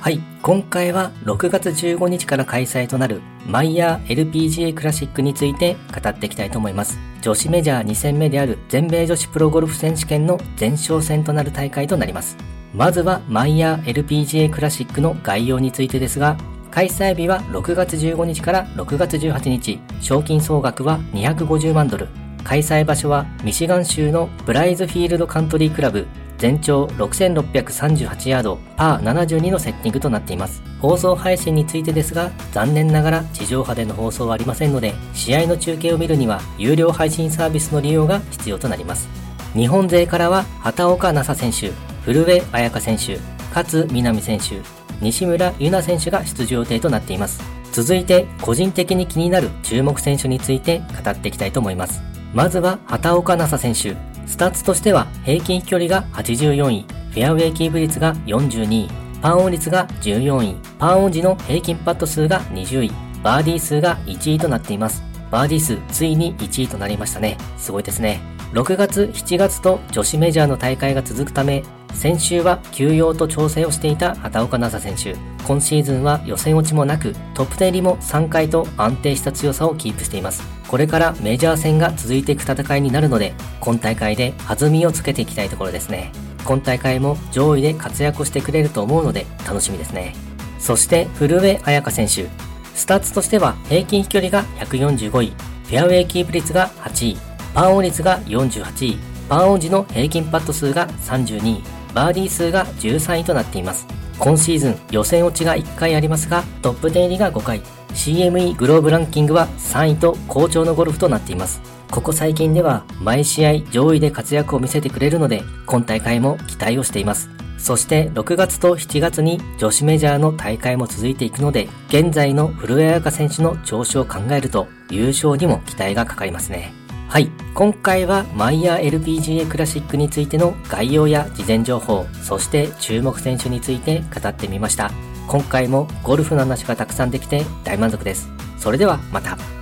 はい、今回は6月15日から開催となるマイヤー LPGA クラシックについて語っていきたいと思います。女子メジャー2戦目である全米女子プロゴルフ選手権の前哨戦となる大会となります。まずはマイヤー LPGA クラシックの概要についてですが、開催日は6月15日から6月18日、賞金総額は250万ドル。開催場所はミシガン州のブライズフィールドカントリークラブ、全長6638ヤード、パー72のセッティングとなっています。放送配信についてですが、残念ながら地上波での放送はありませんので、試合の中継を見るには有料配信サービスの利用が必要となります。日本勢からは畑岡奈紗選手、古江彩佳選手、勝みなみ選手、西村優菜選手が出場予定となっています。続いて個人的に気になる注目選手について語っていきたいと思います。まずは畑岡奈紗選手。スタッツとしては平均飛距離が84位、フェアウェイキープ率が42位、パーオン率が14位、パーオン時の平均パット数が20位、バーディー数が1位となっています。バーディー数ついに1位となりましたね。すごいですね。6月、7月と女子メジャーの大会が続くため、先週は休養と調整をしていた畑岡奈紗選手。今シーズンは予選落ちもなく、トップ10入りも3回と安定した強さをキープしています。これからメジャー戦が続いていく戦いになるので、今大会で弾みをつけていきたいところですね。今大会も上位で活躍をしてくれると思うので楽しみですね。そして古江彩佳選手。スタッツとしては平均飛距離が145位、フェアウェイキープ率が8位、パーオン率が48位、パーオン時の平均パット数が32位、バーディー数が13位となっています。今シーズン予選落ちが1回ありますが、トップ10入りが5回、CME グローブランキングは3位と好調のゴルフとなっています。ここ最近では毎試合上位で活躍を見せてくれるので、今大会も期待をしています。そして6月と7月に女子メジャーの大会も続いていくので、現在の古江彩佳選手の調子を考えると優勝にも期待がかかりますね。はい、今回はマイヤー LPGA クラシックについての概要や事前情報、そして注目選手について語ってみました。今回もゴルフの話がたくさんできて大満足です。それではまた。